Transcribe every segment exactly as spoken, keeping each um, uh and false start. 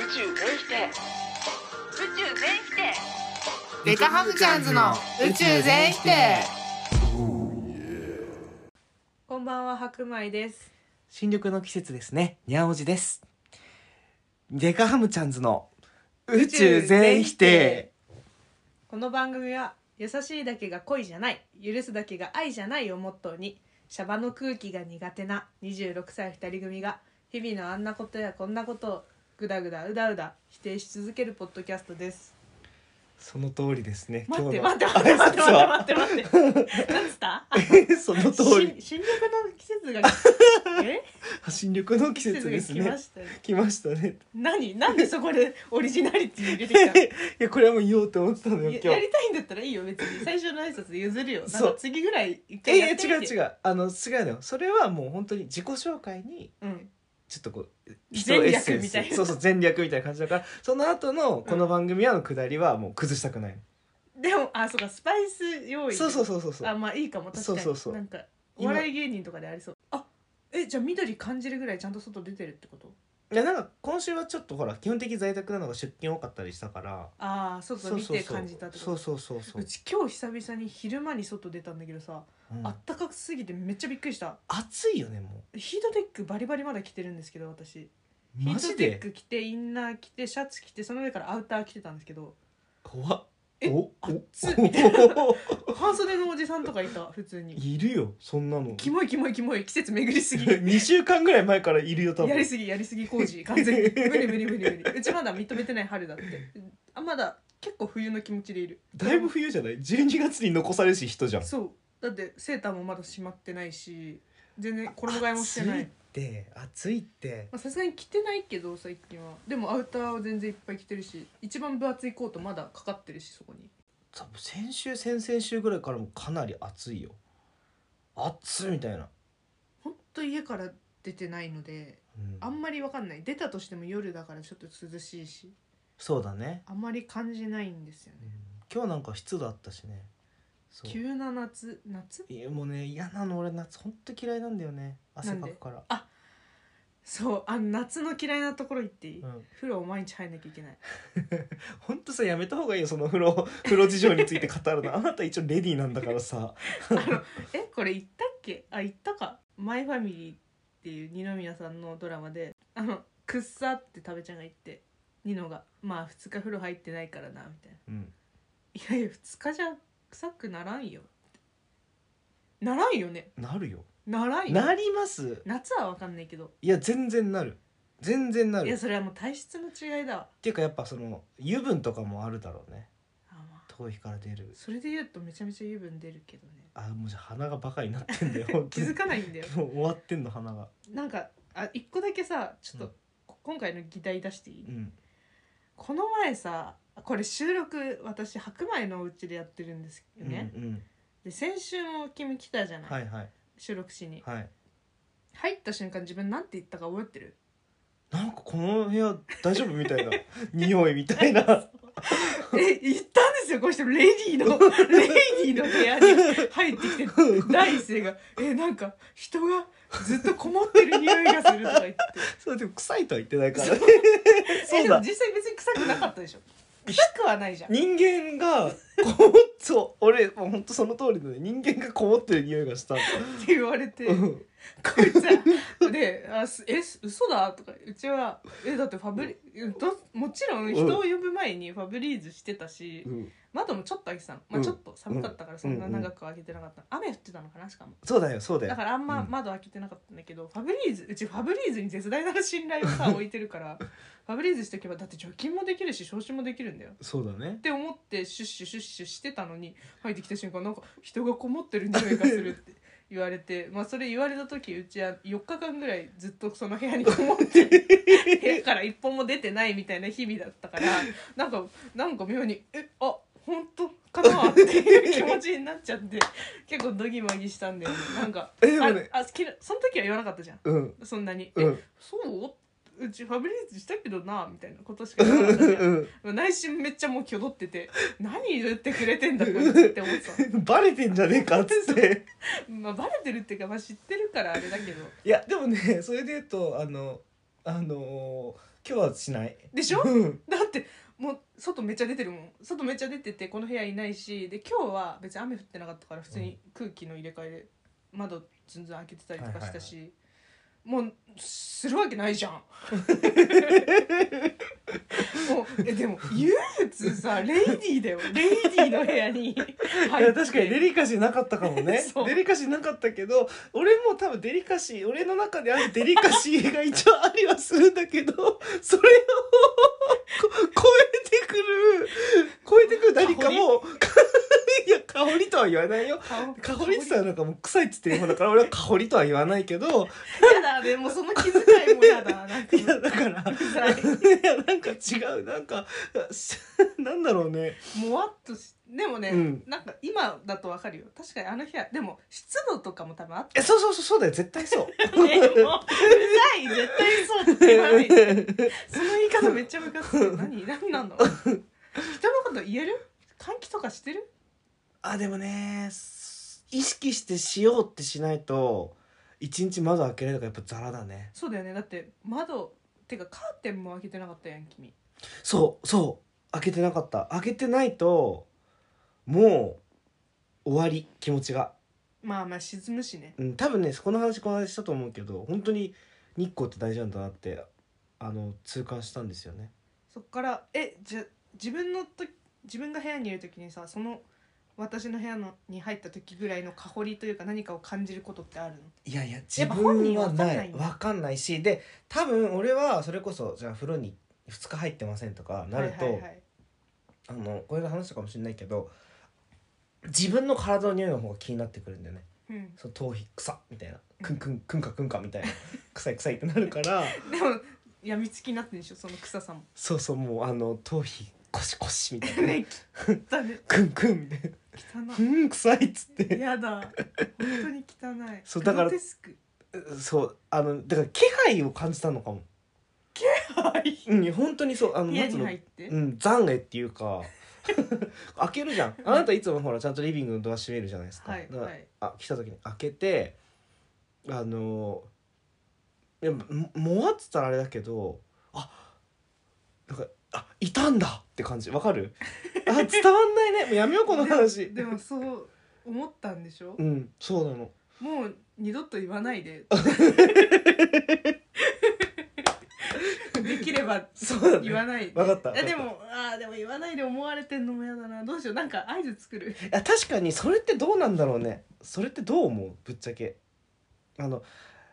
宙全否定宇宙全否定デカハムチャンズの宇宙全否定。 こんばんは、白米です。 新緑の季節ですね。にゃおじです。デカハムチャンズの宇宙全否定。 この番組は優しいだけが恋じゃない、許すだけが愛じゃないをモットーに、シャバの空気が苦手なにじゅうろくさいふたり組が日々のあんなことやこんなことをぐだぐだうだうだ否定し続けるポッドキャストです。 その通りですね。 待って待って待って待って待って待って待ってなんつったその通り。 新緑の季節がえ新緑の季節ですね。 季節が来ましたね。 来ましたね。 何なんでそこでオリジナリティ入れてきたのいやこれはもう言おうと思ってたのよ今日。 や, やりたいんだったらいいよ、別に最初の挨拶譲るよ。なんか次ぐらい一え回いや違うやってみて。 違うあの違うのよ。それはもう本当に自己紹介にうんちょっとこう前略エッセンスみたいなそうそう前略みたいな感じだから、その後のこの番組はのくだりはもう崩したくないの。 でもあそうか、スパイス用意。 そうそうそうそうそう。 あまあいいかも、確かに。 そうそうそうなんかお笑い芸人とかでありそう。あえじゃあ緑感じるぐらいちゃんと外出てるってこと？ いやなんか今週はちょっとほら基本的在宅なのが出勤多かったりしたから、 ああ外見て感じたってこと？ そうそうそうそう。 うち今日久々に昼間に外出たんだけどさ、 うん、 あったかすぎてめっちゃびっくりした。 暑いよねもヒートテックバリバリまだ着てるんですけど、私う。マジヒートテッでク着てインナー着てシャツ着てその上からアウター着てたんですけど、 怖っ。 えお熱っみたいな半袖のおじさんとかいた。普通にいるよそんなの。 キモいキモいキモい、季節巡りすぎにしゅうかんぐらい前からいるよ多分。 やりすぎやりすぎ工事完全に無理無理無理無理。うちまだ認めてない春だって。あまだ結構冬の気持ちでいる。 だいぶ冬じゃない？じゅうにがつに残されし人じゃん。 そうだってセーターもまだしまってないし、全然衣替えもしてない。 暑いって暑いってさすがに着てないけど最近は。でもアウターは全然いっぱい着てるし、一番分厚いコートまだかかってるし、そこに。 多分先週先々週ぐらいからもかなり暑いよ。暑いみたいな。 ほんと家から出てないので、 うん、 あんまり分かんない。出たとしても夜だからちょっと涼しいし、 そうだね。 あんまり感じないんですよね、 うん、今日なんか湿度あったしね。そう急な夏夏いやもうね嫌なの。俺夏ほんと嫌いなんだよね。汗かくから。 あそうあの夏の嫌いなところ言っていい、 うん、 風呂を毎日入んなきゃいけないほんとさやめた方がいいよその風呂風呂事情について語るの。あなた一応レディーなんだからさあのえこれ言ったっけ？あ言ったか。マイファミリーっていう二宮さんのドラマで、あのくっさって食べちゃんが言って、ニノがまあふつか風呂入ってないからなみたいな、 うん、 いやいやふつかじゃ臭くならんよ。ならんよね。 なるよ。 ならんよ。 なります。 夏は分かんないけど、 いや全然なる全然なる。 いやそれはもう体質の違いだわ。 っていうかやっぱその油分とかもあるだろうね。 あ、まあ、 頭皮から出る。 それで言うとめちゃめちゃ油分出るけどね。 あもうじゃあ鼻がバカになってんだよ気づかないんだよもう終わってんの鼻が。 なんかあ一個だけさちょっと、 うん、 今回の議題出していい、 うん、 この前さこれ収録私白米のお家でやってるんですよね、 うんうん、 で先週も君来たじゃない、 はいはい収録しに、 はい。 入った瞬間自分なんて言ったか覚えてる？ なんかこの部屋大丈夫みたいな匂いみたいなえ言ったんですよ、この人レディーのレディーの部屋に入ってきて第一声がえなんか人がずっとこもってる匂いがするとか言ってそうでも臭いとは言ってないからねえでも実際別に臭くなかったでしょ。臭くはないじゃん。 人間がこもっそう俺もうほんとその通りのね、人間がこもってる匂いがしたんだって言われて、 うんこいつはであすえ嘘だとか、うちはえだってファブリどもちろん人を呼ぶ前にファブリーズしてたし、 うん、 窓もちょっと開けてたの、まあ、 うんちょっと寒かったからそんな長く開けてなかった、雨降ってたのかなしかも。 そうだよそうだよだからあんまうん窓開けてなかったんだけど、ファブリーズうちファブリーズに絶大な信頼をさ置いてるからファブリーズしとけばだって除菌もできるし消臭もできるんだよそうだねって思ってシュッシュシュッシュしてたのに、入ってきた瞬間なんか人がこもってる匂いがするって言われてまあそれ言われた時うちはよっかかんぐらいずっとその部屋にこもって部屋から一歩も出てないみたいな日々だったから、なんかなんか妙にえあ本当かなっていう気持ちになっちゃって結構ドギマギしたんだよね。なんかえでもねああきその時は言わなかったじゃん、 うん、 そんなに、 うん、 えそううちファブリーズしたけどなみたいなことしか言わなかったじゃんうん、 内心めっちゃもう挙動ってて何言ってくれてんだこいつって思ってたバレてんじゃねえかっつってまあバレてるっていうか、まあ、知ってるからあれだけど、 いやでもねそれで言うとあのあのー今日はしないでしょうんだってもう外めっちゃ出てるもん。外めっちゃ出ててこの部屋いないし、で今日は別に雨降ってなかったから普通に空気の入れ替えで窓ずんずん開けてたりとかしたし、 はいはいもうするわけないじゃんもうえでも唯一さレイディーだよ、レイディーの部屋に入っていや確かにデリカシーなかったかもねそうデリカシーなかったけど、俺も多分デリカシー俺の中であるデリカシーが一応ありはするんだけど、それをこ超えてくる超えてくる何かもいや香りとは言わないよ。香りって言ったらなんかもう臭いっつってる方だから俺は香りとは言わないけど、 やだでもその気遣いもやだなんかいやだからうざいいやなんか違うなんかなんだろうね。 もわっとしでもね、 うんなんか今だとわかるよ。確かにあの部屋でも湿度とかも多分あってえそうそうそうそうだよ絶対そう。 ねもううざい絶対そうって言わないでその言い方めっちゃムカつく何何なの人のこと言える換気とかしてるあでもね意識してしようってしないと一日窓開けれるのがやっぱザラだね。 そうだよね。だって窓てかカーテンも開けてなかったやん君。 そうそう開けてなかった。開けてないともう終わり気持ちが、 まあまあ沈むしね。 うん、多分ねこの話この話したと思うけど本当に日光って大事なんだなってあの痛感したんですよね。 そっからえじゃ自分のと自分が部屋にいる時にさ、その私の部屋のに入った時ぐらいの香りというか何かを感じることってあるの？ いやいやや自っぱ本人分はわかんないないわかんないし、で多分俺はそれこそじゃあ風呂にふつか入ってませんとかなると、 はいはいはい、 あのこれで話したかもしれないけど自分の体の匂いの方が気になってくるんだよね。 うん、 その頭皮臭っみたいなクンクンクンカクンカみたいな臭い臭いってなるからでもやみつきになってるでしょその臭さも。 そうそうもうあの頭皮コシコシみたいなね汚ねクンクンみたいな汚うん臭いっつってやだ本当に汚い。 そうだからグロテスクそうあのだから気配を感じたのかも。 はいうん本当にそうあの部屋になんつうの入って、 うん残影っていうか開けるじゃんあなたいつもほらちゃんとリビングのドア閉めるじゃないですか、だからはいはいあ来た時に開けてあのいやももわっつったらあれだけどあなんかあいたんだって感じわかるあ伝わんないねもうやめようこの話でもでもそう思ったんでしょ、 うんそうなのもう二度と言わないでできればそうだね言わないで。 分かったえでもあーでも言わないで思われてんのもやだな。どうしようなんか合図作る。 いや確かにそれってどうなんだろうね。それってどう思うぶっちゃけあの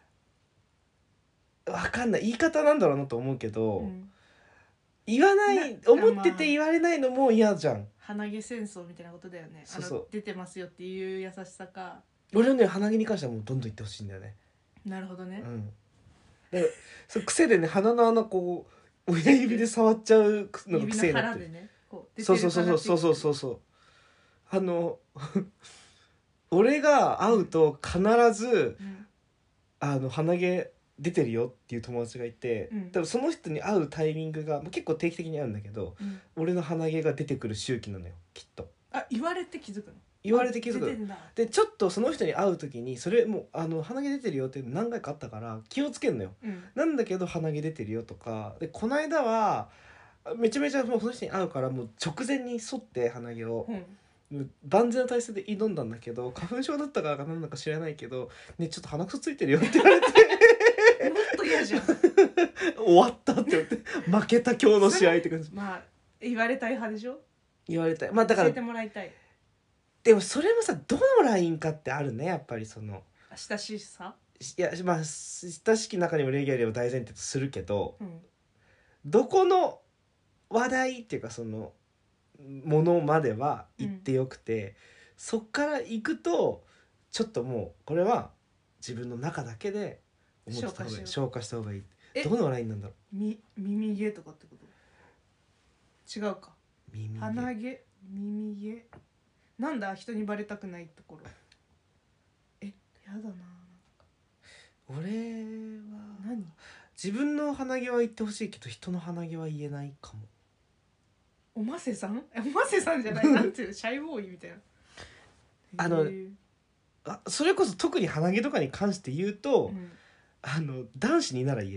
わかんない言い方なんだろうなと思うけど、 うん言わないな思ってて言われないのも嫌じゃん。 鼻毛戦争みたいなことだよね。 そうそうあの出てますよっていう優しさか。 俺はね鼻毛に関してはもうどんどん言ってほしいんだよね。 なるほどねう、んでそう癖でね鼻の穴こう親指で触っちゃうのが指癖になってる。 の腹でねこう出てるそうそうそうそうそうそうそうそうあの俺が会うと必ずうんあの鼻毛出てるよっていう友達がいて、 うん多分その人に会うタイミングがまあ結構定期的に会うんだけどうん俺の鼻毛が出てくる周期なのよきっと。 あ言われて気づくの。 言われて気づく出てんだ。 でちょっとその人に会う時にそれもうあの鼻毛出てるよって何回かあったから気をつけんのよ。 うんなんだけど鼻毛出てるよとかでこの間はめちゃめちゃもうその人に会うからもう直前に剃って鼻毛をうん万全の体制で挑んだんだけど花粉症だったからかなんだか知らないけどねちょっと鼻くそついてるよって言われてもっと嫌じゃん終わったって言って負けた今日の試合って感じまあ言われたい派でしょ。 言われたいまあだから教えてもらいたい。 でもそれもさどのラインかってあるねやっぱりその親しさ、 いやまあ親しき中にも礼儀ありを大前提とするけどうん、 どこの話題っていうかそのものまでは言ってよくて、うん、そっから行くとちょっともうこれは自分の中だけで思ってた方がいい消化した方がいい。どのラインなんだろう。 み耳毛とかってこと違うか。 耳毛鼻毛耳毛なんだ人にバレたくないところ。えやだな。 俺は何自分の鼻毛は言ってほしいけど人の鼻毛は言えないかも。 おませさんえおませさんじゃないなんていうシャイボーイみたいなあのあそれこそ特に鼻毛とかに関して言うと、 うん、 あの男子になら言えるね。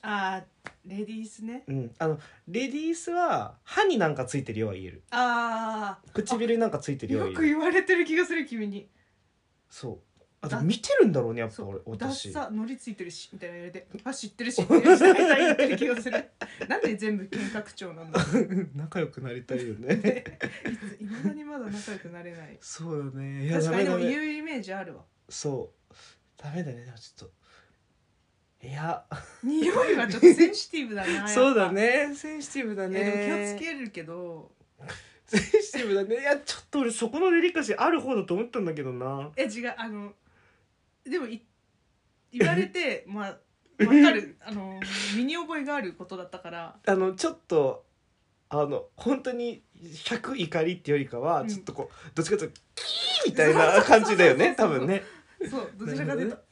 あーレディースね。 うんあのレディースは歯になんかついてるよは言える。 ああ唇になんかついてるよはよ言える。 く言われてる気がする君に。 そうあでも見てるんだろうねやっぱ俺そうダッ私サのりついてるしみたいな言われて、あ知ってるしって大体言ってる気がする。なんで全部見学長なんだろう。 仲良くなりたいよねいまだにまだ仲良くなれない。 そうよね。いや確かにでもダメダメ言うイメージあるわ。 そうダメだね。でもちょっといや匂いはちょっとセンシティブだなやっぱそうだねセンシティブだいやでもね。 気をつけるけど、 センシティブだね。いやちょっと俺そこのデリカシーある方だと思ったんだけどな。 え違うあのでもい言われてまあわかるあの身に覚えがあることだったからあのちょっとあの本当にひゃく怒りってよりかは、 うんちょっとこうどっちかというとキーみたいな感じだよね多そうそうそうそう分ね。 そうどちらかというと、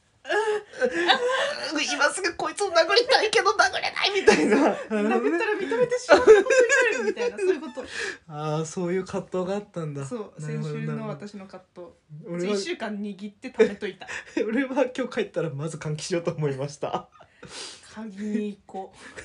今すぐこいつを殴りたいけど殴れないみたいな殴ったら認めてしまうことになるみたいなそういうことああそういう葛藤があったんだ。 そうなるほど先週のなるほど私の葛藤俺はいっしゅうかん握って食べといた俺は今日帰ったらまず換気しようと思いました鍵に行こう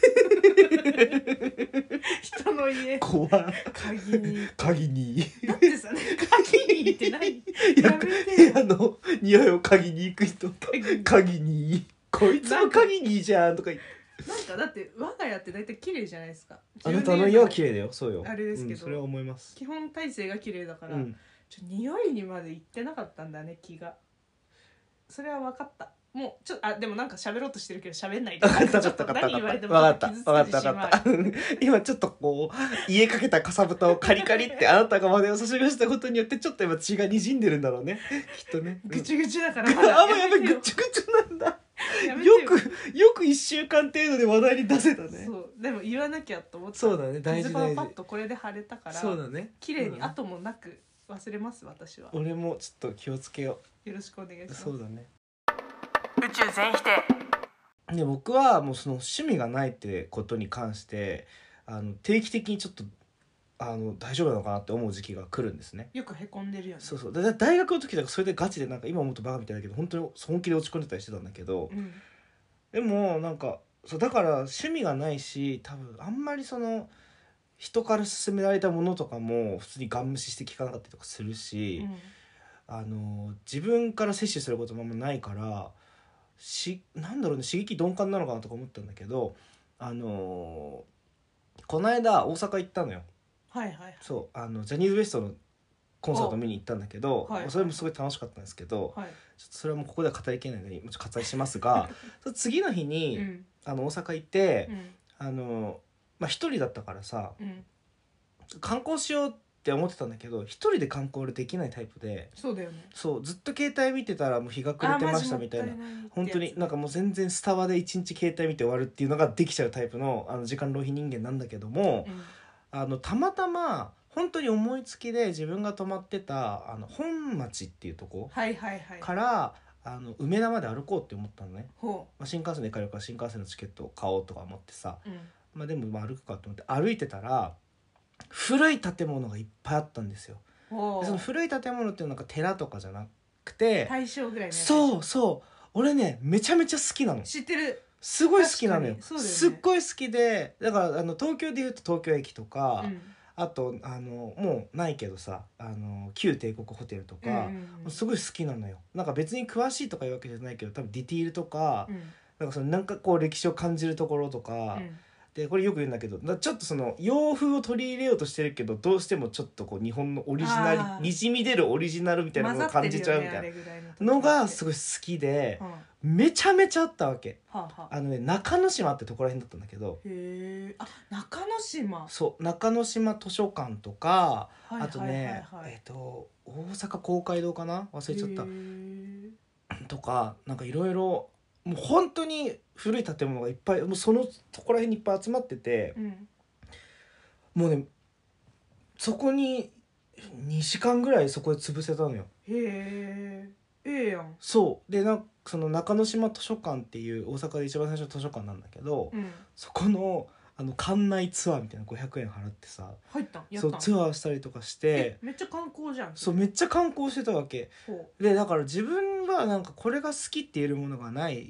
人の家怖い鍵に行こ鍵にうだってさ鍵にって何ややめてよ部屋の匂いを嗅ぎに行く人鍵に鍵にこいつも鍵にじゃんとか言ってなんかだって我が家って大体綺麗じゃないですか。 あなたの家は綺麗。 麗だよそうよあれですけどうん、それは思います基本体勢が綺麗だから、 うんちょ匂いにまで行ってなかったんだね気が。それは分かった。もうちょっとあでもなんか喋ろうとしてるけど喋んないで。 分かった分かった分か何言われてもった傷つ分かったく自信はあ分かったる。 今ちょっとこう家かけたかさぶたをカリカリってあなたが真似を差し出したことによってちょっと今血が滲んでるんだろうねきっとねぐちぐちだからうんまだあもうやべめてよぐちぐちなんだやめてよよくよくいっしゅうかん程度で話題に出せたねそうでも言わなきゃと思ったそうだね大事大事傷がパッとこれで腫れたからそうだね綺麗にうん後もなく忘れます私は。 俺もちょっと気をつけよよろしくお願いしうます。 そうだね宇宙全否定。 で僕はもうその趣味がないってことに関してあの定期的にちょっとあの大丈夫なのかなって思う時期が来るんですね。 よくへこんでるよね。 そうそうで大学の時だからそれでガチでなんか今思うとバカみたいだけど本当に本気で落ち込んでたりしてたんだけど、 うんでもなんかそうだから趣味がないし多分あんまりその人から勧められたものとかも普通にガン無視して聞かなかったりとかするし、 うんあの自分から摂取することもあんまないからしなんだろうね刺激鈍感なのかなとか思ったんだけどあのこの間大阪行ったのよ。 はいはいはい。 そうあのジャニーズ WEST のコンサート見に行ったんだけど、 はいはいそれもすごい楽しかったんですけど、 はい。 ちょっとそれはもうここでは語りきれないのでもうちょっと割愛しますがその次の日に、 うんあの大阪行ってう、んあのまあ一人だったからさうん。 観光しようって思ってたんだけど一人で観光俺できないタイプでそうだよね。 そうずっと携帯見てたらもう日が暮れてましたみたいな本当になんかもう全然スタバで一日携帯見て終わるっていうのができちゃうタイプのあの時間浪費人間なんだけども、 うんあのたまたま本当に思いつきで自分が泊まってたあの本町っていうとこはいはいはい。 からあの梅田まで歩こうって思ったのね、 ほまあ、新幹線で帰るから新幹線のチケットを買おうとか思ってさ、 う。うん。 まあ、でもまあ歩くかと思って歩いてたら古い建物がいっぱいあったんですよ。 ほう。 でその古い建物っていうのが寺とかじゃなくて、 大正ぐらいのやつ。 そうそう俺ねめちゃめちゃ好きなの。 知ってる。 すごい好きなのよ。 確かにそうだよねすっごい好きでだからあの東京でいうと東京駅とか、 うん。 あとあのもうないけどさあの旧帝国ホテルとか、 うんうんうんすごい好きなのよ。なんか別に詳しいとかいうわけじゃないけど多分ディティールとか、 うんなんかそのなんかこう歴史を感じるところとか、 うんでこれよく言うんだけどだちょっとその洋風を取り入れようとしてるけどどうしてもちょっとこう日本のオリジナルあーにじみ出るオリジナルみたいなものを感じちゃうみたいなのがすごい。 ごい好きでうんはめちゃめちゃあったわけ。 あはあ。 あのね中之島ってところら辺だったんだけどへえ。あ中之島。 そう中之島図書館とかはいあとね、 はいはいはいえっ、と大阪公会堂かな忘れちゃったへえとかなんかいろいろもう本当に古い建物がいっぱいもうそのとこら辺にいっぱい集まっててうん。 もうねそこににじかんぐらいそこで潰せたのよ。 へえ。ええやん。 そうでなんかその中之島図書館っていう大阪で一番最初の図書館なんだけど、 うん。 そこのあの館内ツアーみたいなごひゃくえん払ってさ入ったん。やったん。 そうツアーしたりとかしてえめっちゃ観光じゃん。 そうめっちゃ観光してたわけほでだから自分はなんかこれが好きって言えるものがない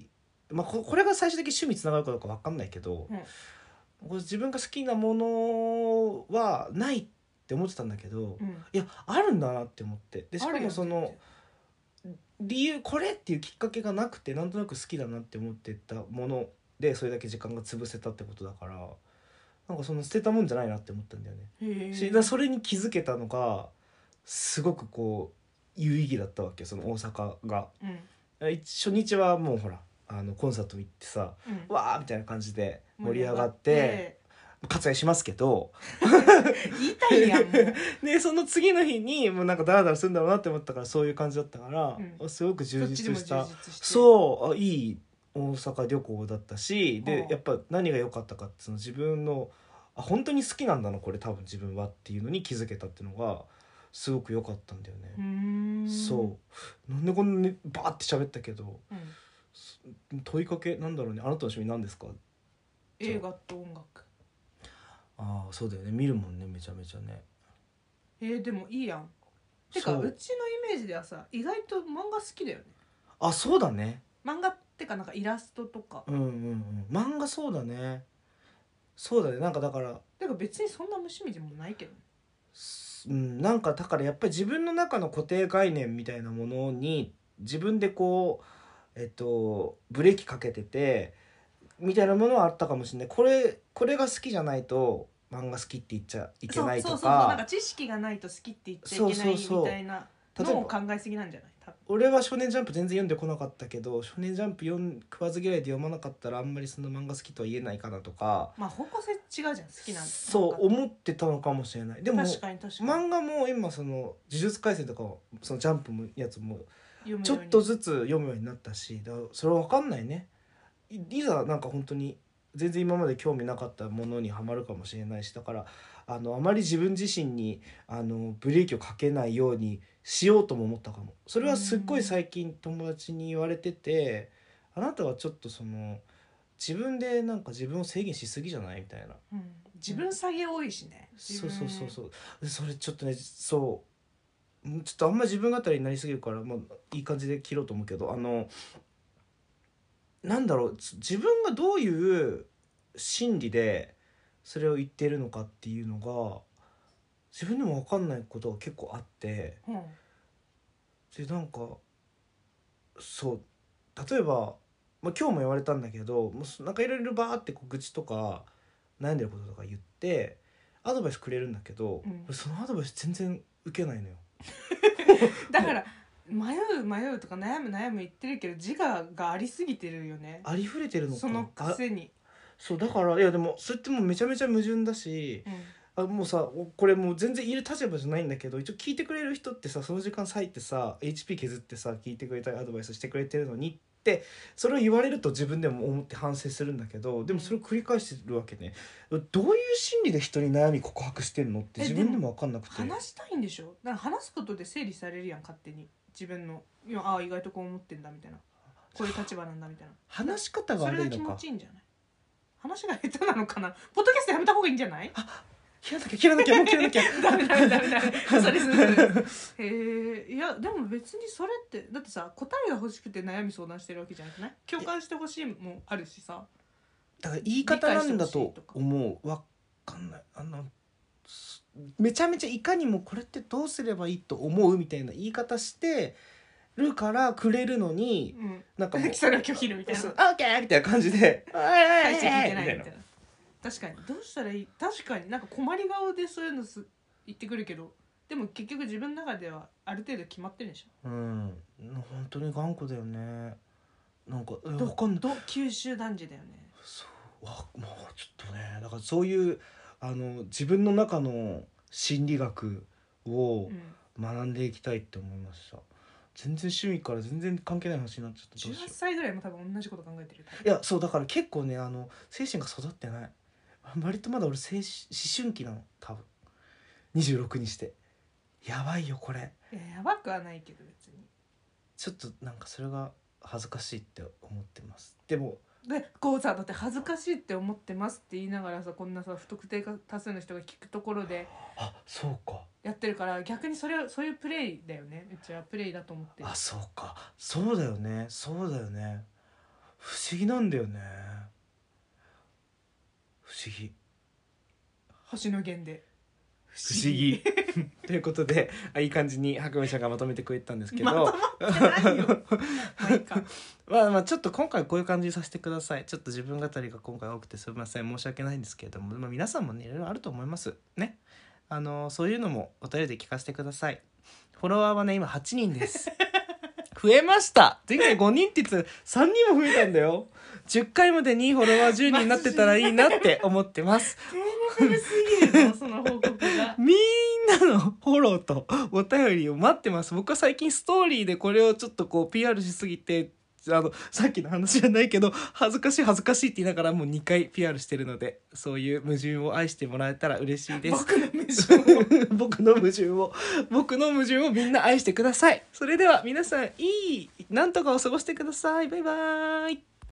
まあ、ここれが最終的に趣味につながるかどうか分かんないけど、 うんこれ自分が好きなものはないって思ってたんだけど、 うんいやあるんだなって思って、でしかあるよもその理由これっていうきっかけがなくてなんとなく好きだなって思ってたものでそれだけ時間が潰せたってことだから、なんかその捨てたもんじゃないなって思ったんだよね。 へえしだからそれに気づけたのがすごくこう有意義だったわけ、その大阪が。 うん初日はもうほらあのコンサート行ってさ、 うんわーみたいな感じで盛り上がっ盛り上がって割愛しますけど言いたいやんもうでその次の日にもうなんかダラダラするんだろうなって思ったからそういう感じだったから、 うんすごく充そっちでも充実した実してそうあいい大阪旅行だったし、ではあやっぱ何が良かったかってその自分のあ本当に好きなんだなこれ多分自分はっていうのに気づけたっていうのがすごく良かったんだよね。 うーんそうなんでこんなにバーって喋ったけどうん問いかけなんだろうね、あなたの趣味何ですか？ 映画と音楽ああそうだよね、見るもんねめちゃめちゃね。 えー、でもいいやんてかそううちのイメージではさ意外と漫画好きだよね。 あそうだね、 漫画ってかなんかイラストとかうんうんうん漫画そうだねそうだね、なんかだからてか別にそんな無趣味でもないけどね。 すうんなんかだからやっぱり自分の中の固定概念みたいなものに自分でこうえっとブレーキかけててみたいなものはあったかもしれない。これこれが好きじゃないと漫画好きって言っちゃいけないとそうそうそうそうなんかか、 知識がないと好きって言っちゃいけないそうそうそうみたいなのを考えすぎなんじゃない多分。 俺は少年ジャンプ全然読んでこなかったけど少年ジャンプ読ん食わず嫌いで読まなかったらあんまりその漫画好きとは言えないかなとか、 まあ方向性違うじゃん好きなんそう思ってたのかもしれない。でも確かに確かに漫画も今その呪術廻戦とかそのジャンプのやつも読むようにちょっとずつ読むようになったし、だからそれは分かんないね。いいざなんか本当に全然今まで興味なかったものにはまるかもしれないし、だからあのあまり自分自身にあのブレーキをかけないようにしようとも思ったかも。それはすっごい最近友達に言われてて、あなたはちょっとその自分でなんか自分を制限しすぎじゃないみたいな。 うん、自分下げ多いしね。 そうそうそうそうでそれちょっとねそうちょっとあんまり自分語りになりすぎるから、まあ、いい感じで切ろうと思うけど、あのなんだろう自分がどういう心理でそれを言ってるのかっていうのが自分でも分かんないことが結構あって、 うんでなんかそう例えば、まあ、今日も言われたんだけどもうなんかいろいろバーってこう愚痴とか悩んでることとか言ってアドバイスくれるんだけど、 うん俺そのアドバイス全然受けないのよ。 だから迷う迷うとか悩む悩む言ってるけど自我がありすぎてるよね。 ありふれてるのかそのくせに、 そうだからいやでもそれってもうめちゃめちゃ矛盾だし、 うん、 あもうさこれもう全然いる立場じゃないんだけど一応聞いてくれる人ってさその時間割いてさ エイチピー 削ってさ聞いてくれたりアドバイスしてくれてるのにってそれを言われると自分でも思って反省するんだけど、でもそれを繰り返してるわけね。どういう心理で人に悩み告白してんのって自分でも分かんなくて。 話したいんでしょ。だから話すことで整理されるやん勝手に自分のいやああ意外とこう思ってんだみたいなこういう立場なんだみたいな話し方がそれが気持悪いのか。 ちいいんじゃない。話が下手なのかな。ポッドキャストやめた方がいいんじゃない。 切らなきゃ切らなきゃもう切らなきゃダメダメダメダメ嘘です嘘ですへえいやでも別にそれってだってさ答えが欲しくて悩み相談してるわけじゃなくない。共感してほしいもあるしさ。 だから言い方なんだと思う。わかんないあのめちゃめちゃいかにもこれってどうすればいいと思うみたいな言い方してるからくれるのに、 うん、 なんかもうそれを拒否るみたいな。 そうオッケーみたいな感じで「おいおいおいおい」 返して聞いてないみたいみたいな。確かにどうしたらいい。確かになんか困り顔でそういうのす言ってくるけどでも結局自分の中ではある程度決まってるでしょ。 うん本当に頑固だよね。なんかえどわかんない。 ど九州男児だよね。 そうわもうちょっとねだからそういうあの自分の中の心理学をうん学んでいきたいって思いました。全然趣味から全然関係ない話になっちゃった。どうしよじゅうはっさいぐらいも多分同じこと考えてる。 ういやそうだから結構ねあの精神が育ってない。割とまだ俺精神思春期なの多分にじゅうろくにしてやばいよこれ。 いややばくはないけど別に。 ちょっとなんかそれが恥ずかしいって思ってます。でもでこうさだって恥ずかしいって思ってますって言いながらさこんなさ不特定多数の人が聞くところであそうかやってるから逆にそれそういうプレイだよね。うちはプレイだと思ってる。 あそうかそうだよねそうだよね。 不思議なんだよね。不思議星の源で不思議ということで、あいい感じに白梅ちゃんがまとめてくれたんですけど、 まとまってないよまあいいかまあまあちょっと今回こういう感じにさせてください。ちょっと自分語りが今回多くてすみません、申し訳ないんですけれども、まあ、皆さんもねいろいろあると思いますね。あのそういうのもお便りで聞かせてください。フォロワーはね今はちにんです増えました。前回ごにんって言ってたさんにんも増えたんだよ。じゅっかいまでにフォロワーじゅうにんになってたらいいなって思ってます丁寧すぎるのその報告がみんなのフォローとお便りを待ってます。僕は最近ストーリーでこれをちょっとこう ピーアール しすぎて、あのさっきの話じゃないけど恥ずかしい恥ずかしいって言いながらもうにかい ピーアール してるので、そういう矛盾を愛してもらえたら嬉しいです。 僕の矛盾を僕の矛盾を僕の矛盾をみんな愛してください。それでは皆さんいいなんとかを過ごしてください。バイバーイ。